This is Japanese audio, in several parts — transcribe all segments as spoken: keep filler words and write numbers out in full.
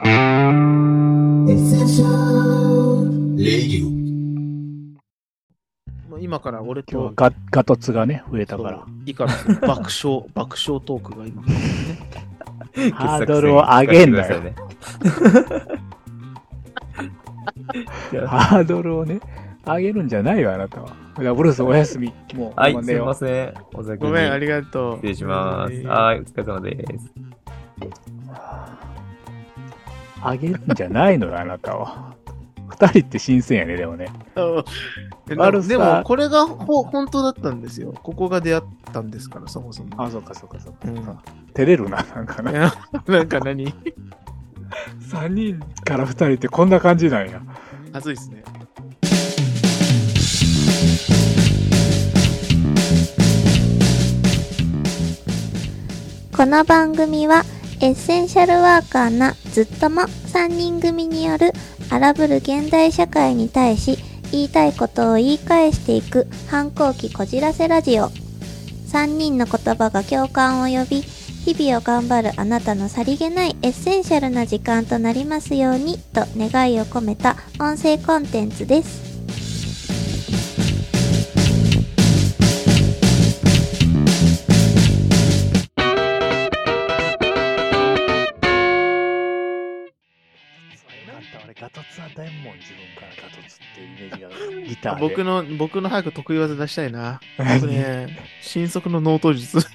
もう今から俺今日はとガガトツがね、増えたから。 イカロスの爆笑、爆笑トークが今ね。 ハードルを上げんなよ。 ね。 ハードルをね、上げるんじゃないよ、あなたは。いやブルースおやすみ。もう、 はい、 もう寝ようすいません。お先に。 ごめん、ありがとう。 失礼します。 えーはい、お疲れ様です。 上げるんじゃないのよ、あなたは。二人って新鮮やね、でもね。 うん悪さでも、これがほ本当だったんですよ。ここが出会ったんですから、そもそも。 あ、そっかそっかそっか。 うん照れるな、なんかな。 いやなんか何三人から二人ってこんな感じなんや。 はずいっすね。 この番組はエッセンシャルワーカーなずっともさんにん組による荒ぶる現代社会に対し言いたいことを言い返していく反抗期こじらせラジオ。さんにんの言葉が共感を呼び、日々を頑張るあなたのさりげないエッセンシャルな時間となりますようにと願いを込めた音声コンテンツです。 俺ガトツは大門自分からガトツっていうイメージがギターで。 僕の、僕の早く得意技出したいな。 何僕ね、新速の脳ト術。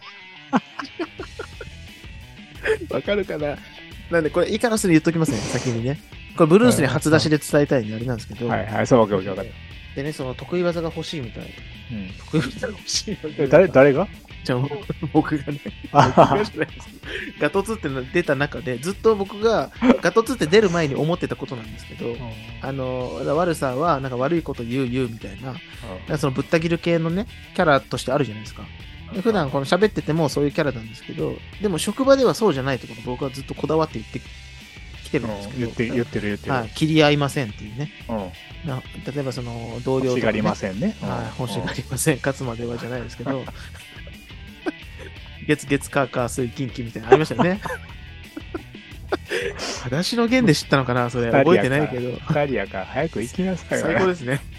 わかるかな。なんで、これ、イカロスに言っときますね、先にね。これ、ブルースに初出しで伝えたいんで、あれなんですけど。 はいはい、そう、わかるわかる。 でね、その得意技が欲しいみたい。 うん得意技が欲しいみたい。 え誰、誰がじゃあ、僕がね、 あ僕がじゃないですガトツっての出た中で、ずっと僕が、ガトツって出る前に思ってたことなんですけど、あの、悪さは、なんか悪いこと言う言うみたいな、なんかそのぶった切る系のね、キャラとしてあるじゃないですか。で普段この喋っててもそういうキャラなんですけど、でも職場ではそうじゃないってことを僕はずっとこだわって言ってきてるんですけど、 言って、言ってる言ってる。 はい、切り合いませんっていうね。 うん。 な例えばその同僚とか、ね、 欲しがりませんね。 はい、欲しがりません。勝つまではじゃないですけど、月月火火水金金みたいなのありましたよね。裸足の弦で知ったのかなそれ。覚えてないけど。 二人やから早く行きなさいよ。 最高ですね。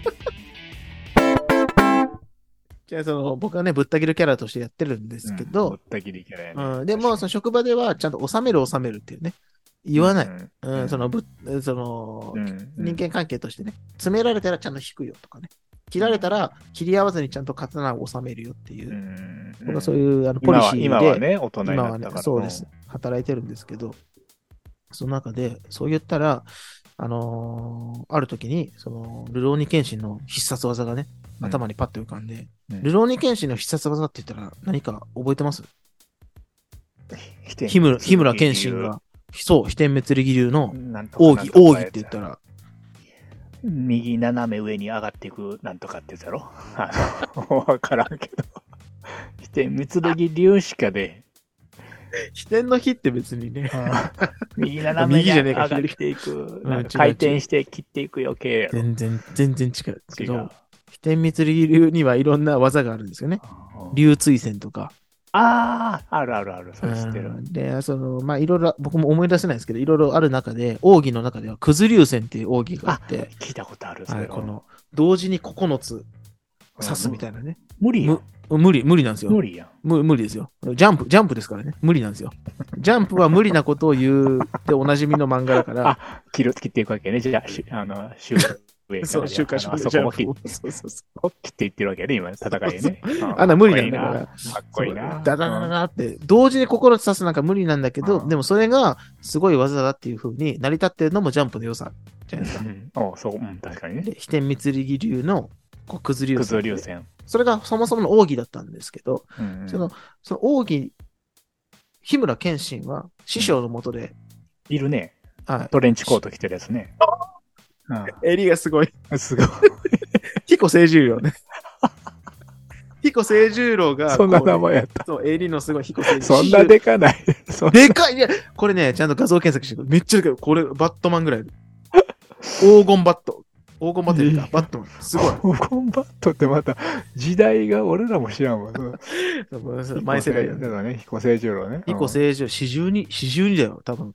じゃあその僕はね、ぶった切るキャラとしてやってるんですけど、 ぶった切りキャラやね。 うん、でもその職場ではちゃんと収める収めるっていうね、言わない。 うんうんそのぶその、 うん人間関係としてね、詰められたらちゃんと引くよとかね、切られたら切り合わずにちゃんと刀を収めるよっていう、 うん僕はそういうあのポリシーで、 今は今はね、大人に今はねなったから。 そうです。働いてるんですけど、その中で、そう言ったら、あのーある時に、その、ルローニケンシンの必殺技がね、頭にパッと浮かんで、 うんルローニケンシンの必殺技って言ったら何か覚えてますうん日村、日村ケンシンが、そう、飛天滅力流のなんとか奥義、奥義って言ったら、 右斜め上に上がっていくなんとかってやつやろあのわからんけど。飛天滅力流しかで、 飛天の火って別にね、 右斜めに右じゃねえか上がっていく、 うんなんか回転して切っていく余計やろ。 全然、全然違うんですけ違うど、飛天滅力流にはいろんな技があるんですよね。流追戦とか。 ああ、あるあるある、それ知ってる。 うんで、その、まあ、いろいろ、僕も思い出せないですけど、いろいろある中で、奥義の中では、くず流戦っていう奥義があって、 聞いたことある、それ。 はい、この、同時にここのつ刺すみたいなね。 無理やん。 む無理、無理なんですよ。 無理やん。 無無理ですよ。ジャンプ、ジャンプですからね。無理なんですよ。ジャンプは無理なことを言うっておなじみの漫画だから、 あ、切る、切っていくわけね。じゃあ、しあの、週上そう、週刊誌あののそこも切っそうそうそ切っていってるわけね、今、戦いね。 あんな無理なんだからかっこいいな。 う。ダダダダダって、同時に心刺すなんか無理なんだけど、 うんでもそれがすごい技だっていう風に成り立ってるのもジャンプの良さじゃないですか。 うんおそう、うん、確かにね。 で、飛天滅力流のこうくず流く戦ず流線。 それがそもそもの奥義だったんですけど、 うんその、その奥義、日村謙信は師匠のもとで、 いるね。 はい。 トレンチコート着てるやつね。 襟がすごい。 うん、すごい。 彦清十郎ね。彦清十郎が、 そんなこうね名前やった。 そう、襟のすごい彦清十郎。 そんなでかない。そんでかいいや、これね、ちゃんと画像検索してくれめっちゃでかい。これ、バットマンぐらいある。黄金バット。黄金バット言った。バットマン。すごい。 黄金バットってまた、時代が俺らも知らんわ。 前世代だね。 だからね、彦星十郎ね。 彦清十郎、四十二、四十二だよ、多分。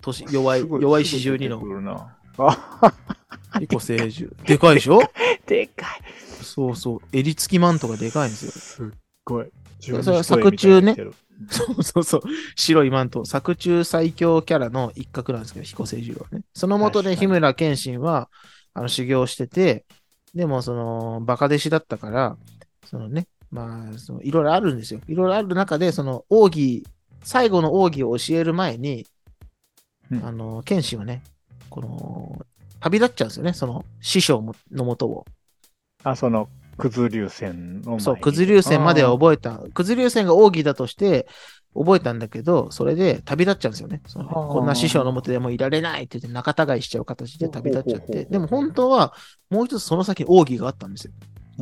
年弱い、 すご弱い四十二のすごい出てくるなあ、 彦星獣。でかいでしょ？ でかい。 そうそう。襟付きマントがでかいんですよ。 すっごい。 それは作中ね。そうそうそう。白いマント。作中最強キャラの一角なんですけど、彦星獣はね。その下で日村謙信は、あの、修行してて、でも、その、バカ弟子だったから、そのね、まあ、そのいろいろあるんですよ。いろいろある中で、その、奥義、最後の奥義を教える前に、 うん、 あの、謙信はね、この、旅立っちゃうんですよね。その、師匠ものもとを。 あ、その、くず流線の前に。 そう、くず流線までは覚えた。くず流線が奥義だとして覚えたんだけど、それで旅立っちゃうんですよね。そのこんな師匠のもとでもういられないって言って仲違いしちゃう形で旅立っちゃって。でも本当はもう一つその先に奥義があったんですよ。 うん、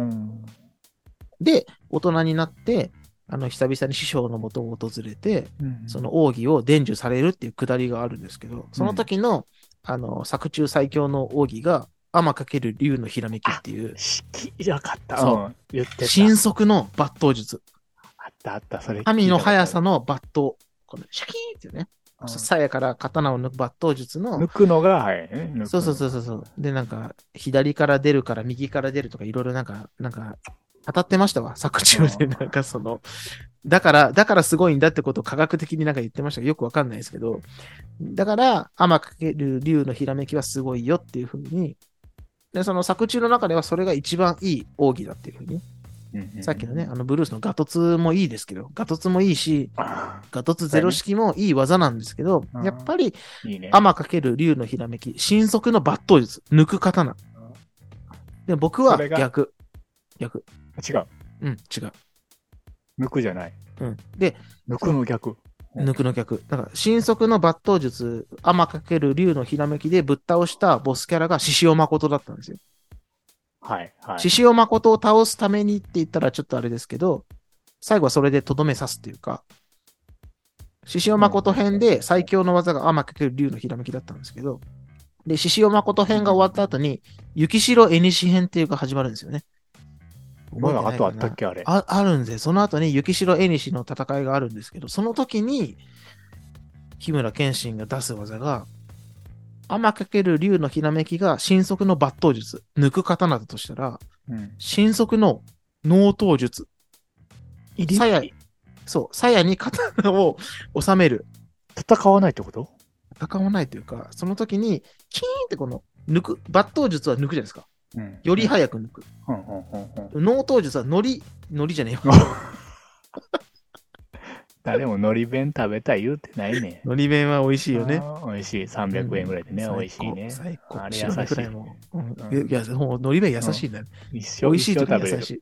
で、大人になって、あの、久々に師匠のもとを訪れて、 うん、 その奥義を伝授されるっていうくだりがあるんですけど、その時の、うん、あの、作中最強の奥義が、天×竜のひらめきっていう。 式じゃかった。 そう。 うん、言ってた。 神速の抜刀術。 あったあった、それ。 神の速さの抜刀。このシャキーンっていうね。鞘から刀を抜く抜刀術の。 抜くのが、はい。 そうそうそうそう。で、なんか、左から出るから右から出るとかいろいろなんか、なんか、語ってましたわ。作中で。なんかその、だから、だからすごいんだってことを科学的になんか言ってましたけど、よくわかんないですけど。だから、天×竜のひらめきはすごいよっていうふうに、で、その作中の中ではそれが一番いい奥義だっていうふうに、うんうん、さっきのね、あのブルースのガトツもいいですけど、ガトツもいいし、ガトツゼロ式もいい技なんですけど、やっぱり、天×竜のひらめき、神速の抜刀術、抜く刀。で、僕は逆。逆。 違う。 うん、違う。 抜くじゃない。 うん。で、 抜くの逆。 抜くの逆。だから、神速の抜刀術、天×竜のひらめきでぶっ倒したボスキャラが獅子王誠だったんですよ。 はい、はい。 獅子王誠を倒すためにって言ったらちょっとあれですけど、最後はそれでとどめ刺すっていうか、獅子王誠編で最強の技が天×竜のひらめきだったんですけど、で、獅子王誠編が終わった後に、雪城絵西編っていうか始まるんですよね。 まだ後あったっけあれ。 あ、あるんで、その後に雪城絵西の戦いがあるんですけど、その時に、日村謙信が出す技が、天×竜のひらめきが神速の抜刀術、抜く刀だとしたら、うん、神速の納刀術、鞘、そう、鞘に刀を収める。 戦わないってこと？ 戦わないというか、その時に、キーンってこの、抜く、抜刀術は抜くじゃないですか。うん、より早く抜く。納刀術はのり、のりじゃねえよ。 誰ものり弁食べたい言うてないね。 のり弁は美味しいよね。 美味しい。さんびゃくえんぐらいでね、うん、美味しいね。 最高。 あれ優しい。 もう、うん、いや、もうのり弁優しいんだね。 うん、一生美味しいと優しい。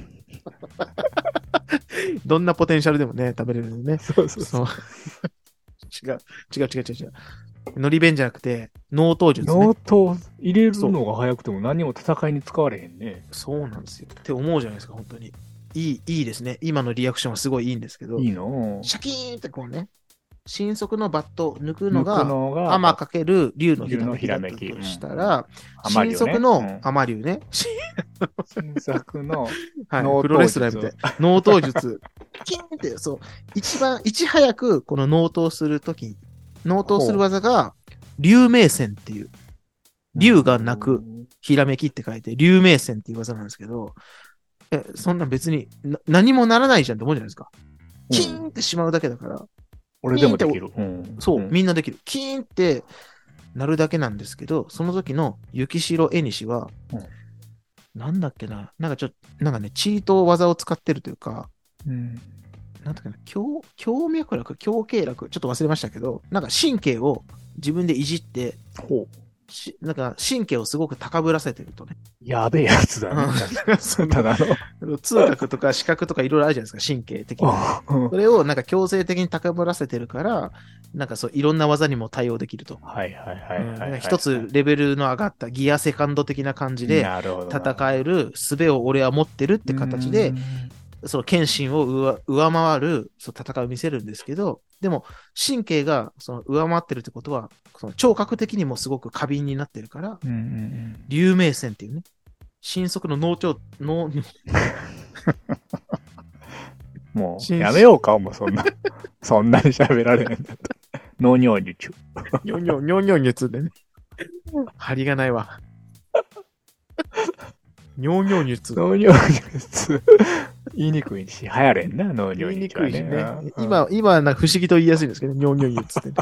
どんなポテンシャルでもね、食べれるのね。 そうそうそう。 違う、違う違う違う違う。のり弁じゃなくて、納刀術ね。 納刀入れるのが早くても何も戦いに使われへんね。 そうなんですよ。って思うじゃないですか、本当に。いい、いいですね。今のリアクションはすごいいいんですけど。 いいの？ シャキーンってこうね、神速のバット抜くのが、天×竜のひらめきだとしたら、神速の天竜ね。 神速の、 はい、プロレスラーみたい。納刀術。キーンって、そう。一番、いち早くこの納刀するとき、納刀する技が、竜明線っていう。竜が鳴く、ひらめきって書いて、竜明線っていう技なんですけど、え、そんな別にな何もならないじゃんって思うじゃないですか。キーンってしまうだけだから。 俺でもできる。 そう、みんなできる。キーンってなるだけなんですけど、その時の雪城絵西は、うん、なんだっけな、なんかちょっと、なんかね、チート技を使ってるというか、うん、なんだっけな、強、強脈絡、強経絡、ちょっと忘れましたけど、なんか神経を自分でいじって、ほう。なんか神経をすごく高ぶらせてるとね。 やべえやつだね。 ただの。痛覚とか視覚とかいろいろあるじゃないですか、神経的に。それをなんか強制的に高ぶらせてるから、なんかそういろんな技にも対応できると。 はいはいはいはい、はいうん。 一つレベルの上がったギアセカンド的な感じで戦える術を俺は持ってるって形で、その謙信を上、上回るそう戦いを見せるんですけど、でも神経がその上回ってるってことは、その聴覚的にもすごく過敏になってるから、うんうんうん、竜明線っていうね、神速の脳腸、脳、 もうやめようか、もうそんな、そんなに喋られへんだった。 農業術。 にょんにょん、にょんにょん術でね。張りがないわ。にょんにょん術。 農業術。言いにくいし、流行れんな、農業術、ね。 言いにくいしね。今、今はなんか不思議と言いやすいんですけど、にょんにょん術ってね。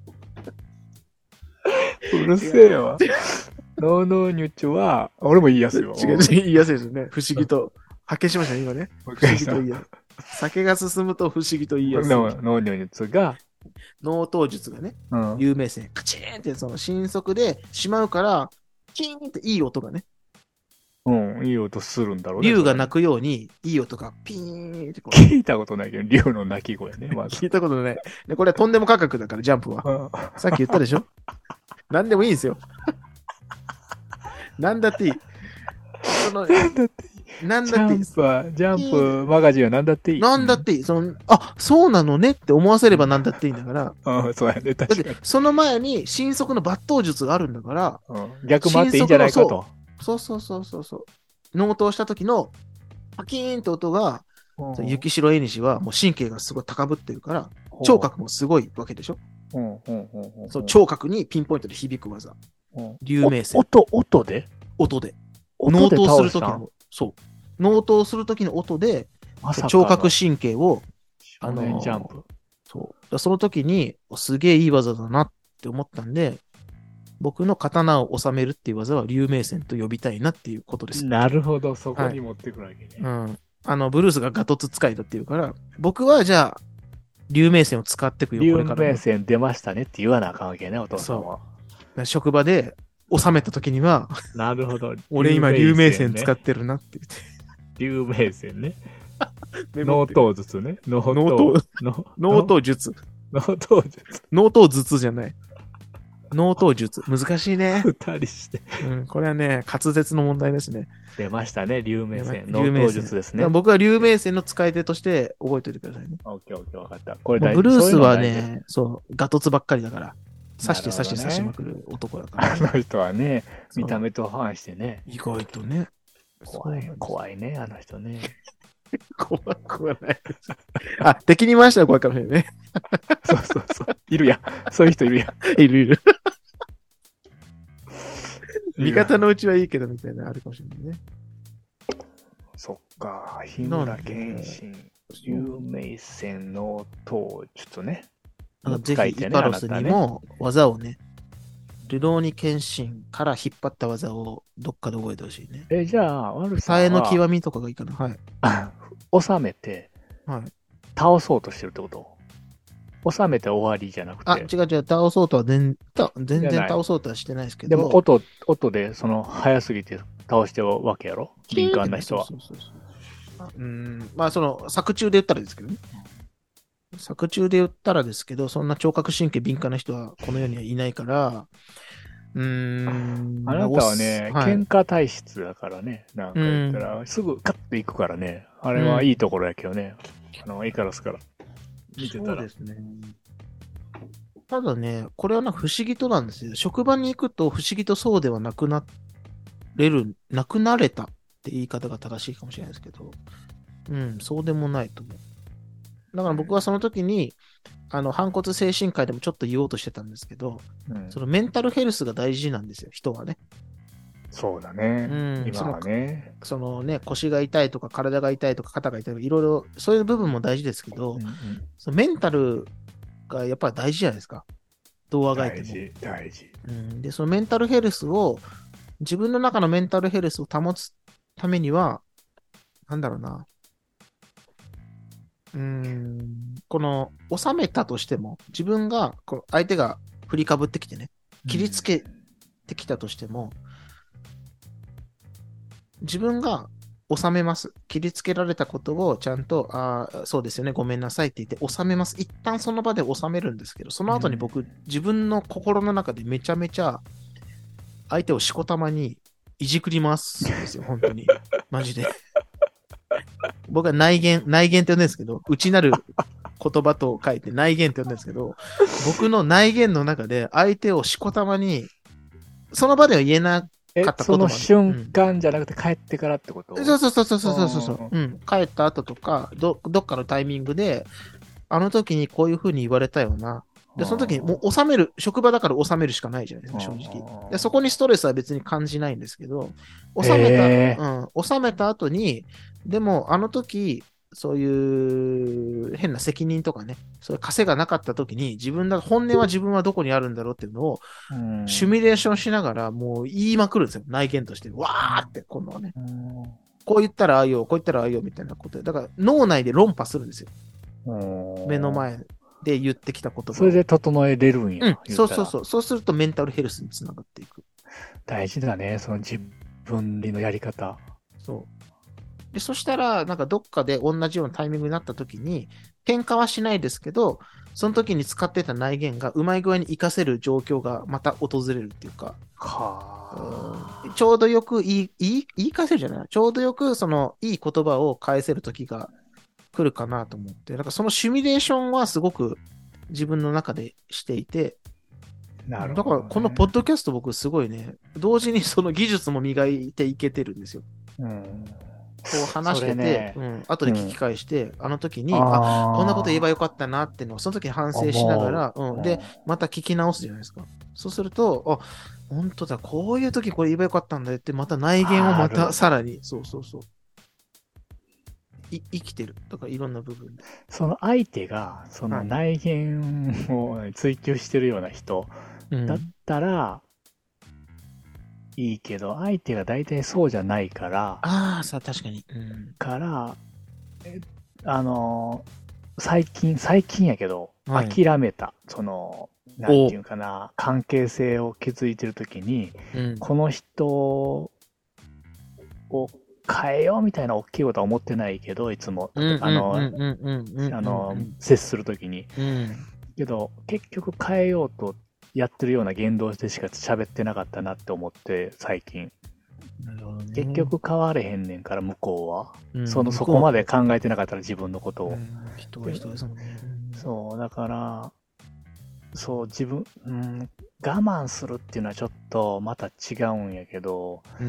うるせえわ。農業術は、俺も言いやすいわ。 違う、言いやすいですよね。不思議と。発見しましたね、今ね。不思議と言いやすい。酒が進むと不思議と言いやすい。 農業術が、 納刀術がね、 うん、 有名線、カチーンってその新速でしまうから、キーンっていい音がね。 うん、いい音するんだろうね。 竜が鳴くように、いい音がピーンってこう。 聞いたことないけど、竜の鳴き声ね、まず。 聞いたことない。で、これはとんでも価格だから、ジャンプは。さっき言ったでしょなんでもいいんですよ。なんだっていい。その、 なんだっていい。 なんだっていい。 ジャンプは、ジャンプマガジンはなんだっていい。 なんだっていい。その、あ、そうなのねって思わせればなんだっていいんだから。 うん、そうやね、確かに。 だって、その前に新速の抜刀術があるんだから、 うん、逆回っていいんじゃないかと。 そうそうそうそうそう。納刀した時のパキーンって音が、うん、雪城絵西はもう神経がすごい高ぶってるから、聴覚もすごいわけでしょ。うんうんうんうん、そう聴覚にピンポイントで響く技。うん、竜名線。 音、音で音で。納刀する時の、そう。納刀する時の音で、聴覚神経を、 あの、ジャンプ。 そう。その時に、すげえいい技だなって思ったんで、僕の刀を収めるっていう技は竜名線と呼びたいなっていうことです。 なるほど、そこに持ってくるわけね。 はい、うん。あの、ブルースがガトツ使いだっていうから、僕はじゃあ、竜名線を使っていくよ、これから。 竜名線出ましたねって言わなあかんわけね、お父さんは。 職場で収めた時には、 なるほど。 俺今竜名線使ってるなって言って。 竜名線ね。納刀術ね。納刀。納刀術。 納刀術。 納刀術じゃない。納刀術。難しいね。 二人して。 うん。これはね、滑舌の問題ですね。 出ましたね、竜名線。納刀術ですね。 僕は竜名線の使い手として覚えておいてくださいね。 オッケーオッケー、わかった。これ大事。ブルースはね、そう、ガトツばっかりだから。刺して刺して刺しまくる男だから、 ね。あの人はね、見た目と反してね。 意外とね。 怖い、怖いね、あの人ね。 怖くはない。あ、敵に回したら怖いかもしれないね。 そうそうそう。いるやん。そういう人いるやん。いるいる。味方のうちはいいけどみたいなのあるかもしれないね。 そっか。日村謙信、有名線の刀術ね。 ぜひイカロスにも技をね、ルローニ謙信から引っ張った技をどっかで覚えてほしいね。 え、じゃあ、悪さは。 さえの極みとかがいいかな。はい。 収めて、はい、倒そうとしてるってこと？収めて終わりじゃなくて。 あ、違う違う、倒そうとは全全然倒そうとはしてないですけど。 でも音、音でその早すぎて倒してるわけやろ？敏感な人は。そうそうそうそう。うん、まあその作中で言ったらですけどね。作中で言ったらですけど、そんな聴覚神経敏感な人はこの世にはいないから、うーん。 あなたはね、はい、喧嘩体質だからね、なんか言ったら、すぐカッといくからね、あれはいいところやけどね、うん、あの、イカロスから見てたら。そうですね。 ただね、これはな不思議となんですよ。職場に行くと不思議とそうではなくなれる、なくなれたって言い方が正しいかもしれないですけど、うん、そうでもないと思う。だから僕はその時に、あの、反骨精神科医でもちょっと言おうとしてたんですけど、うん、そのメンタルヘルスが大事なんですよ、人はね。 そうだね。うん、今はね。 その、そのね、腰が痛いとか体が痛いとか肩が痛いとか、いろいろ、そういう部分も大事ですけど、うんうん、そのメンタルがやっぱり大事じゃないですか。どうあがいても。 大事、大事。 うん。で、そのメンタルヘルスを、自分の中のメンタルヘルスを保つためには、なんだろうな。うーんこの収めたとしても自分がこの相手が振りかぶってきてね切りつけてきたとしても、うん、自分が収めます切りつけられたことをちゃんとああそうですよねごめんなさいって言って収めます一旦その場で収めるんですけどその後に僕、うん、自分の心の中でめちゃめちゃ相手をしこたまにいじくりますですよ本当にマジで僕は内言、内言って呼んでるんですけど、内なる言葉と書いて内言って呼んでるんですけど、僕の内言の中で相手をしこたまに、その場では言えなかったことその瞬間じゃなくて帰ってからってこと、 うん、そうそうそうそうそうそう、うん。帰った後とか、ど、どっかのタイミングで、あの時にこういう風に言われたよな。 で、その時にもう収める、職場だから収めるしかないじゃないですか、正直。で、そこにストレスは別に感じないんですけど、収めた、うん、収めた後に、でも、あの時、そういう変な責任とかね、そういう稼がなかった時に、自分だ、本音は自分はどこにあるんだろうっていうのを、シミュレーションしながら、もう言いまくるんですよ、内見として。わーって、このね。こう言ったらああよ、こう言ったらああよ、みたいなことで。だから、脳内で論破するんですよ。目の前で言ってきた言葉を。 それで整えれるんや。 うん、そうそうそう。そうするとメンタルヘルスにつながっていく。 大事だね、その自分理のやり方。 そう。で、そしたら、なんかどっかで同じようなタイミングになった時に、喧嘩はしないですけど、その時に使ってた内言がうまい具合に活かせる状況がまた訪れるっていうか、 はあ、ちょうどよく言い、言い、言い返せるじゃないちょうどよくそのいい言葉を返せる時が来るかなと思って、だからそのシミュレーションはすごく自分の中でしていて、 なるほどね、 だからこのポッドキャスト僕すごいね、同時にその技術も磨いていけてるんですよ。 うん、 こう話してて、 ね、 うん、後で聞き返して、うん、あの時に、あ、こんなこと言えばよかったなっていうのをその時に反省しながら、うん、で、また聞き直すじゃないですか。そうすると、あ、本当だ、こういう時これ言えばよかったんだよって、また内言をまたさらに、そうそうそう。い生きてるとかいろんな部分で。 その相手がその内言を追求してるような人だったらいいけど、うん、相手が大体そうじゃないから、 ああ、さ、確かに。うん、 から、え、あの、最近、最近やけど、はい、諦めた、その、なんていうかな、関係性を築いてるときに、うん、この人を変えようみたいな大きいことは思ってないけど、いつも、あの、あの、接するときに、うん。けど、結局変えようとやってるような言動でしか喋ってなかったなって思って、最近。なるほどね、結局変われへんねんから、向こうは。うん、その、そこまで考えてなかったら自分のことを。うん、 人は人ですもんね。 そう、だから、そう、自分、うん、我慢するっていうのはちょっとまた違うんやけど、うん、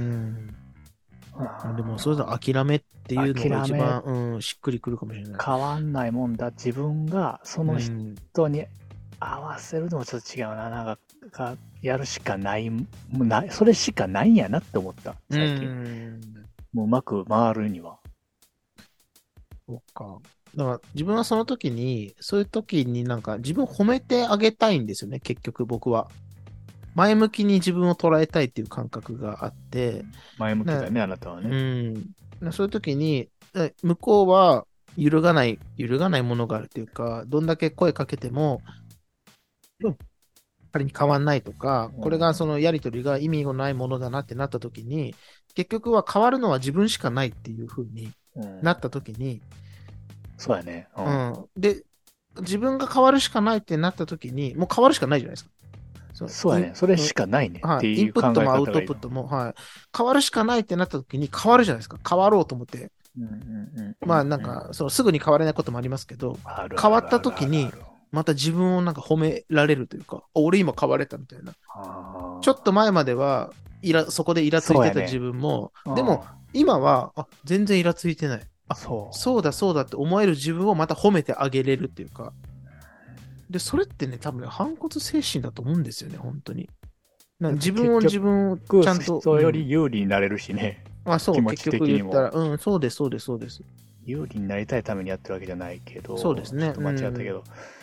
でも、それと諦めっていうのが一番、うん、しっくりくるかもしれない。 変わんないもんだ。自分がその人に合わせるのもちょっと違うな。なんか、やるしかない、もうなそれしかないんやなって思った、最近。うんもううまく回るには。 そっか。だから自分はその時に、そういう時になんか自分を褒めてあげたいんですよね、結局僕は。前向きに自分を捉えたいっていう感覚があって。 前向きだね、あなたはね。 うん。そういう時に、向こうは揺るがない、揺るがないものがあるっていうか、どんだけ声かけても、うん、仮に変わんないとか、これがそのやりとりが意味のないものだなってなった時に、結局は変わるのは自分しかないっていう風になった時に、うん、 そうやね、 うん。うん。で、自分が変わるしかないってなった時に、もう変わるしかないじゃないですか。 そうそうやね。それしかないね。 はい。インプットもアウトプットも、はい。変わるしかないってなった時に変わるじゃないですか。変わろうと思って。うんうんうん、まあなんか、そのすぐに変われないこともありますけど、変わった時に、また自分をなんか褒められるというか、俺今変われたみたいな。ちょっと前までは、イラ、そこでイラついてた自分も、ね、でも今は、あ、全然イラついてない。あ、そう。そうだそうだって思える自分をまた褒めてあげれるっていうか。で、それってね、多分ね、反骨精神だと思うんですよね、本当に。なん自分を自分をちゃんと。 人より有利になれるしね。 うん、あ、そう、結局言ったら、うん、そうです、そうです、そうです。 有利になりたいためにやってるわけじゃないけど、 そうですね。ちょっと間違ったけど。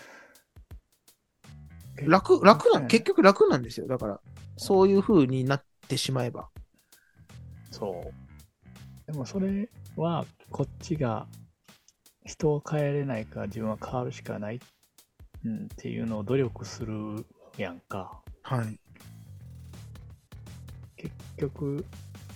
うん、楽、楽な、結局楽なんですよ。だから、そういう風になってしまえば。 そう。でもそれは、こっちが人を変えれないから自分は変わるしかない。うん、っていうのを努力するやんか。 はい。 結局、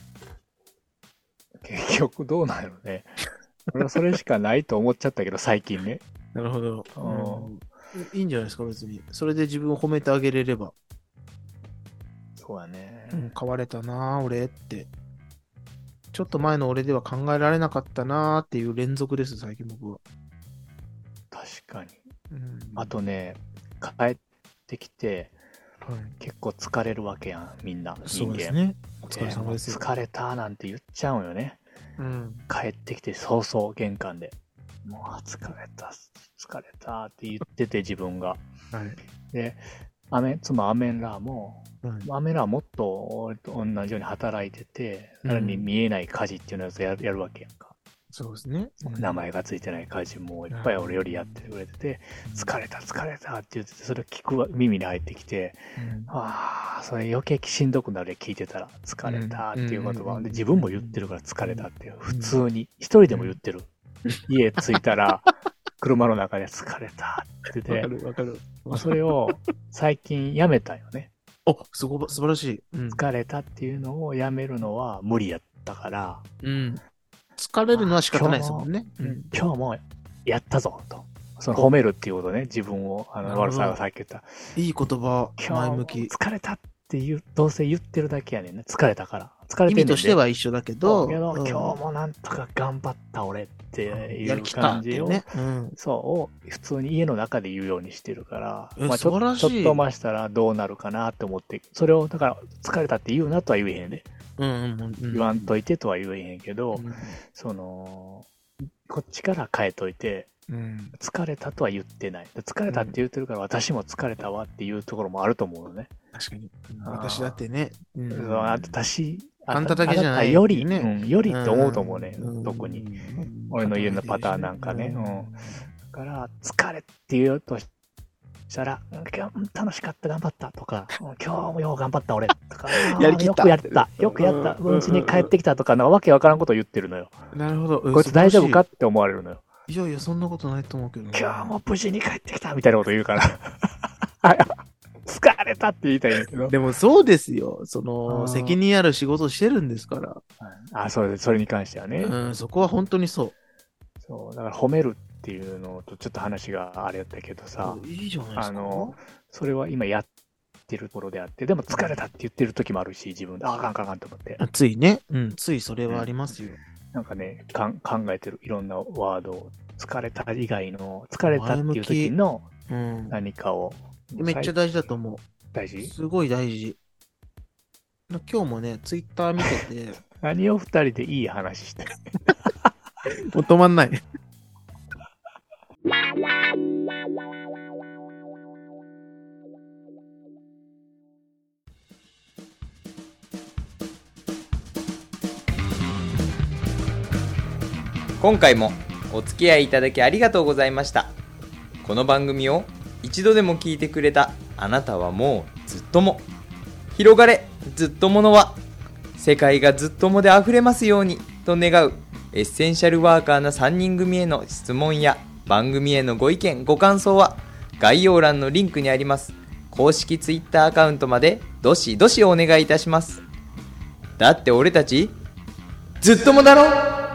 結局どうなるのね。俺はそれしかないと思っちゃったけど、最近ね。 なるほど、うん。いいんじゃないですか、別に。それで自分を褒めてあげれれば。 そうやね。 うん、変われたな、俺って。ちょっと前の俺では考えられなかったなっていう連続です、最近僕は。 確かに。 うん、 あとね、帰ってきて、はい、結構疲れるわけやん、みんな。 そうですね。お疲れ様ですよ。 疲れたなんて言っちゃうよね。うん、帰ってきて早々玄関で。もう疲れた、疲れたって言ってて自分が。はい、 で、アメン、妻アメンラーも、 うん、 アメンラーはもっと俺と同じように働いてて、さらに見えない家事っていうのをやる、やるわけやんか。 そうですね。 名前がついてない家事もいっぱい俺よりやってくれてて、疲れた疲れたって言ってて、それを聞くわ耳に入ってきて、うん、ああ、それ余計しんどくなる聞いてたら、疲れたっていう言葉で、自分も言ってるから疲れたっていう、普通に一人でも言ってる。家着いたら、車の中で疲れたって言ってて、 わかるわかる。 それを最近やめたよね。 お、すご素晴らしい、 うん。疲れたっていうのをやめるのは無理やったから、 うん、疲れるのは仕方ないですもんね。 今日も、うん、今日もやったぞと。その褒めるっていうことね、自分を、あの、ワルさんがさっき言った。 いい言葉、前向き。 疲れたっていう、どうせ言ってるだけやねんね。疲れたから。疲れてんねんで。 意味としては一緒だけど、 けど、うん、今日もなんとか頑張った俺っていう感じを、ねうん、そう、普通に家の中で言うようにしてるから、まあちょ、ちょっと増したらどうなるかなって思って、それを、だから疲れたって言うなとは言えへんね。うんうんうん、言わんといてとは言えへんけど、うん、その、こっちから変えといて、うん、疲れたとは言ってない。疲れたって言ってるから、私も疲れたわっていうところもあると思うのね。 確かに。私だってね。 うん、私、 あんただけじゃない。 より、ね、うん、よりって思うと思うね。うん、特に。俺の家のパターンなんかね。うん。だから、疲れって言うとしたら、今日楽しかった頑張ったとか、今日もよう頑張った俺とか、 やりきった。 よくやった。よくやった。うちに帰ってきたとか、なんかわけわからんことを言ってるのよ。 なるほど。 こいつ大丈夫かって思われるのよ。 いやいや、そんなことないと思うけど、 今日も無事に帰ってきたみたいなこと言うから。疲れたって言いたいんだけど。 でもそうですよ。その、責任ある仕事してるんですから。 あ、そうです。それに関してはね。 うん、そこは本当にそう。 そう、だから褒めるっていうのとちょっと話があれやったけどさ。 いいじゃないですか。あの、 それは今やってるところであって、でも疲れたって言ってる時もあるし、自分で、あ、あかんあかんあかんと思って。 ついね。うん、ついそれはありますよ。うんなんかねかん、考えてるいろんなワードを、疲れた以外の、疲れたっていう時の何かを。 うん、めっちゃ大事だと思う。 大事？ すごい大事。今日もね、ツイッター見てて。 何を二人でいい話してるもう止まんない。 今回もお付き合いいただきありがとうございました。この番組を一度でも聞いてくれたあなたはもうずっとも。広がれずっとものは、世界がずっともであふれますようにと願うエッセンシャルワーカーなさんにん組への質問や番組へのご意見ご感想は概要欄のリンクにあります公式ツイッターアカウントまでどしどしお願いいたします。だって俺たちずっともだろ。